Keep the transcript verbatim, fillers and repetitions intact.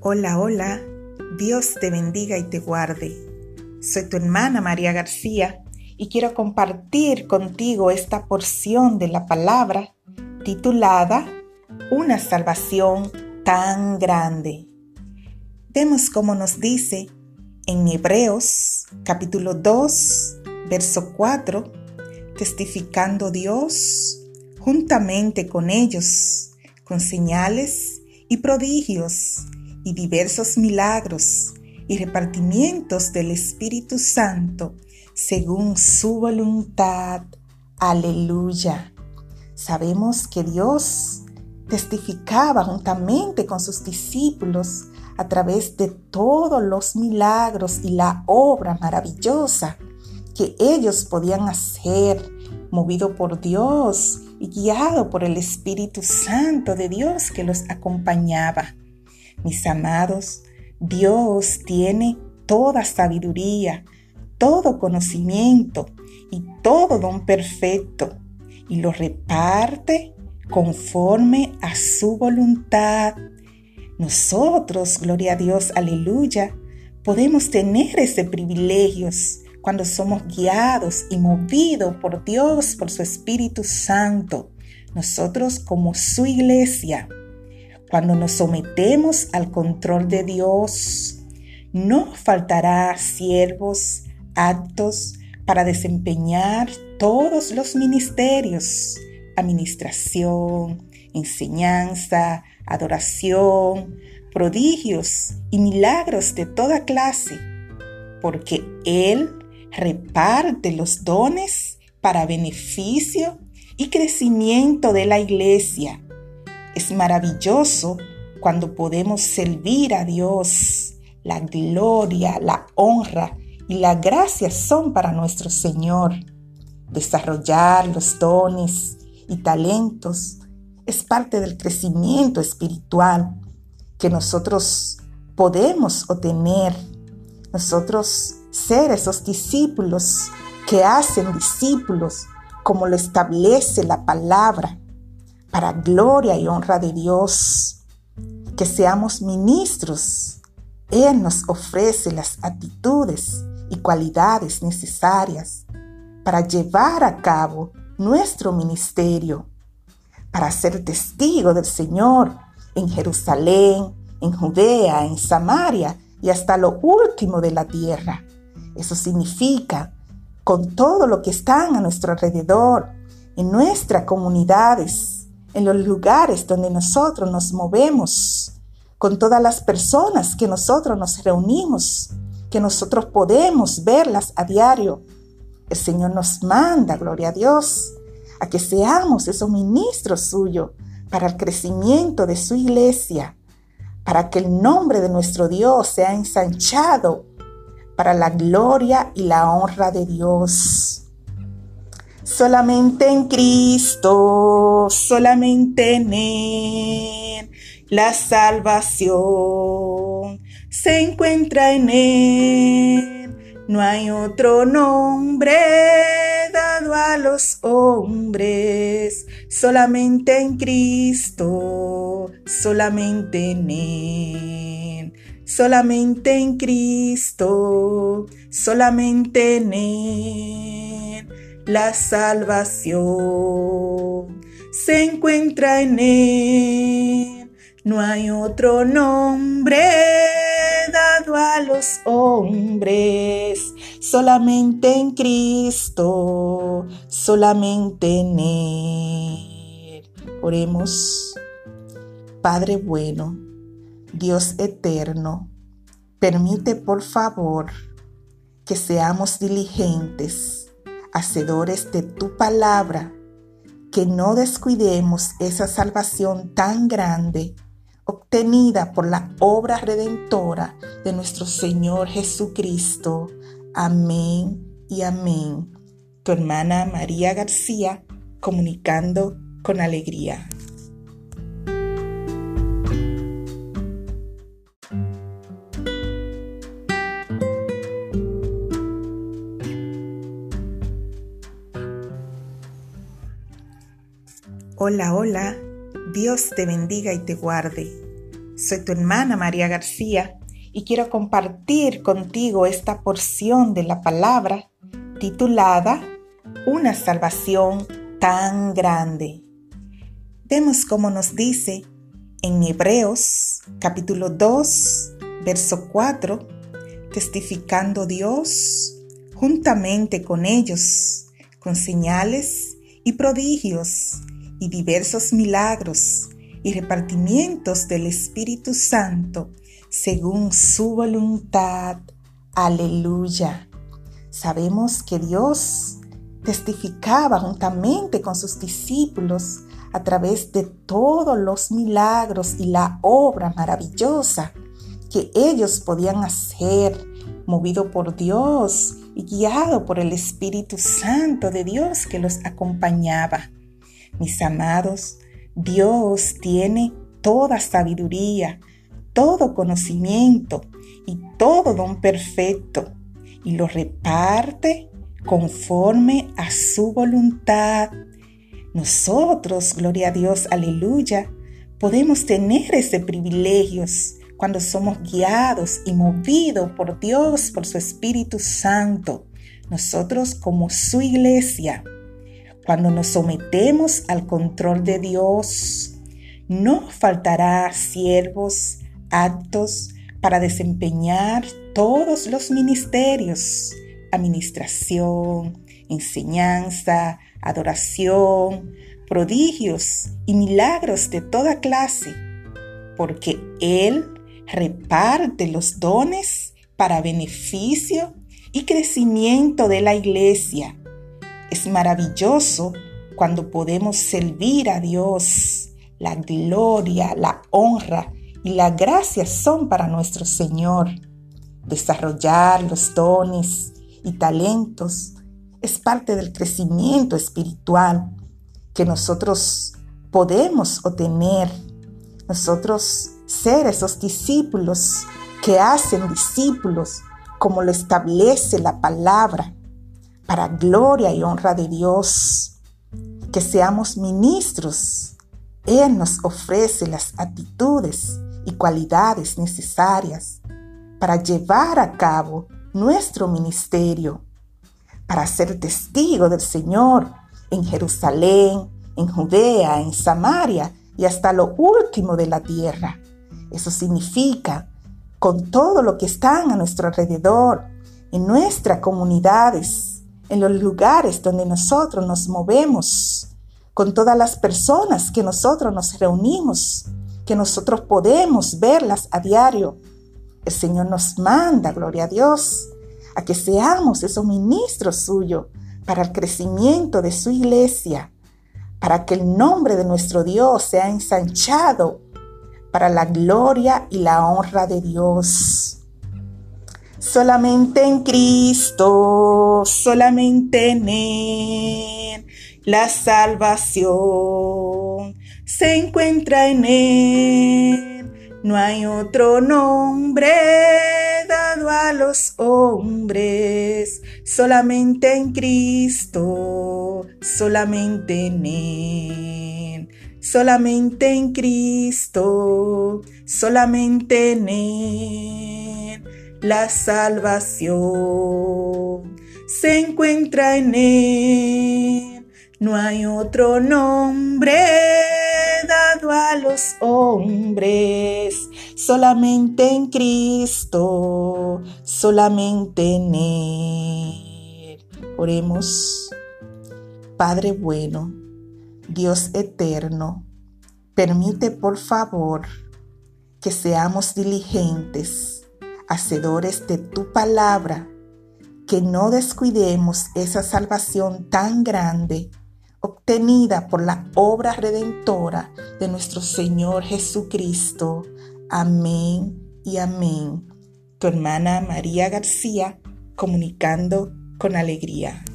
Hola, hola, Dios te bendiga y te guarde. Soy tu hermana María García y quiero compartir contigo esta porción de la palabra titulada Una salvación tan grande. Vemos cómo nos dice en Hebreos capítulo dos, verso cuatro, testificando Dios juntamente con ellos, con señales y prodigios y diversos milagros y repartimientos del Espíritu Santo según su voluntad. Aleluya. Sabemos que Dios testificaba juntamente con sus discípulos a través de todos los milagros y la obra maravillosa que ellos podían hacer, movido por Dios y guiado por el Espíritu Santo de Dios que los acompañaba. Mis amados, Dios tiene toda sabiduría, todo conocimiento y todo don perfecto y lo reparte conforme a su voluntad. Nosotros, gloria a Dios, aleluya, podemos tener ese privilegio cuando somos guiados y movidos por Dios, por su Espíritu Santo. Nosotros como su iglesia, cuando nos sometemos al control de Dios, no faltará siervos aptos para desempeñar todos los ministerios: administración, enseñanza, adoración, prodigios y milagros de toda clase, porque Él reparte los dones para beneficio y crecimiento de la iglesia. Es maravilloso cuando podemos servir a Dios. La gloria, la honra y la gracia son para nuestro Señor. Desarrollar los dones y talentos es parte del crecimiento espiritual que nosotros podemos obtener. Nosotros ser esos discípulos que hacen discípulos como lo establece la palabra, para gloria y honra de Dios, que seamos ministros. Él nos ofrece las actitudes y cualidades necesarias para llevar a cabo nuestro ministerio, para ser testigo del Señor en Jerusalén, en Judea, en Samaria y hasta lo último de la tierra. Eso significa con todo lo que está a nuestro alrededor, en nuestras comunidades, en los lugares donde nosotros nos movemos, con todas las personas que nosotros nos reunimos, que nosotros podemos verlas a diario. El Señor nos manda, gloria a Dios, a que seamos esos ministros suyos para el crecimiento de su iglesia, para que el nombre de nuestro Dios sea ensanchado, para la gloria y la honra de Dios. Solamente en Cristo, solamente en Él, la salvación se encuentra en Él. No hay otro nombre dado a los hombres, solamente en Cristo, solamente en Él. Solamente en Cristo, solamente en Él, la salvación se encuentra en Él. No hay otro nombre dado a los hombres, solamente en Cristo, solamente en Él. Oremos. Padre bueno, Dios eterno, permite por favor que seamos diligentes, hacedores de tu palabra, que no descuidemos esa salvación tan grande obtenida por la obra redentora de nuestro Señor Jesucristo. Amén y amén. Tu hermana María García, comunicando con alegría. Hola, hola, Dios te bendiga y te guarde. Soy tu hermana María García y quiero compartir contigo esta porción de la palabra titulada Una salvación tan grande. Vemos cómo nos dice en Hebreos capítulo dos, verso cuatro, testificando Dios juntamente con ellos, con señales y prodigios y diversos milagros y repartimientos del Espíritu Santo según su voluntad. Aleluya. Sabemos que Dios testificaba juntamente con sus discípulos a través de todos los milagros y la obra maravillosa que ellos podían hacer, movido por Dios y guiado por el Espíritu Santo de Dios que los acompañaba. Mis amados, Dios tiene toda sabiduría, todo conocimiento y todo don perfecto y lo reparte conforme a su voluntad. Nosotros, gloria a Dios, aleluya, podemos tener ese privilegio cuando somos guiados y movidos por Dios, por su Espíritu Santo. Nosotros como su iglesia, cuando nos sometemos al control de Dios, no faltará siervos aptos para desempeñar todos los ministerios: administración, enseñanza, adoración, prodigios y milagros de toda clase, porque Él reparte los dones para beneficio y crecimiento de la iglesia. Es maravilloso cuando podemos servir a Dios. La gloria, la honra y la gracia son para nuestro Señor. Desarrollar los dones y talentos es parte del crecimiento espiritual que nosotros podemos obtener. Nosotros ser esos discípulos que hacen discípulos como lo establece la palabra, para gloria y honra de Dios, que seamos ministros. Él nos ofrece las actitudes y cualidades necesarias para llevar a cabo nuestro ministerio, para ser testigo del Señor en Jerusalén, en Judea, en Samaria y hasta lo último de la tierra. Eso significa con todo lo que están a nuestro alrededor, en nuestras comunidades, en los lugares donde nosotros nos movemos, con todas las personas que nosotros nos reunimos, que nosotros podemos verlas a diario. El Señor nos manda, gloria a Dios, a que seamos esos ministros suyos para el crecimiento de su iglesia, para que el nombre de nuestro Dios sea ensanchado, para la gloria y la honra de Dios. Solamente en Cristo, solamente en Él, la salvación se encuentra en Él. No hay otro nombre dado a los hombres, solamente en Cristo, solamente en Él. Solamente en Cristo, solamente en Él, la salvación se encuentra en Él. No hay otro nombre dado a los hombres, solamente en Cristo, solamente en Él. Oremos. Padre bueno, Dios eterno, permite por favor que seamos diligentes, hacedores de tu palabra, que no descuidemos esa salvación tan grande obtenida por la obra redentora de nuestro Señor Jesucristo. Amén y amén. Tu hermana María García, comunicando con alegría.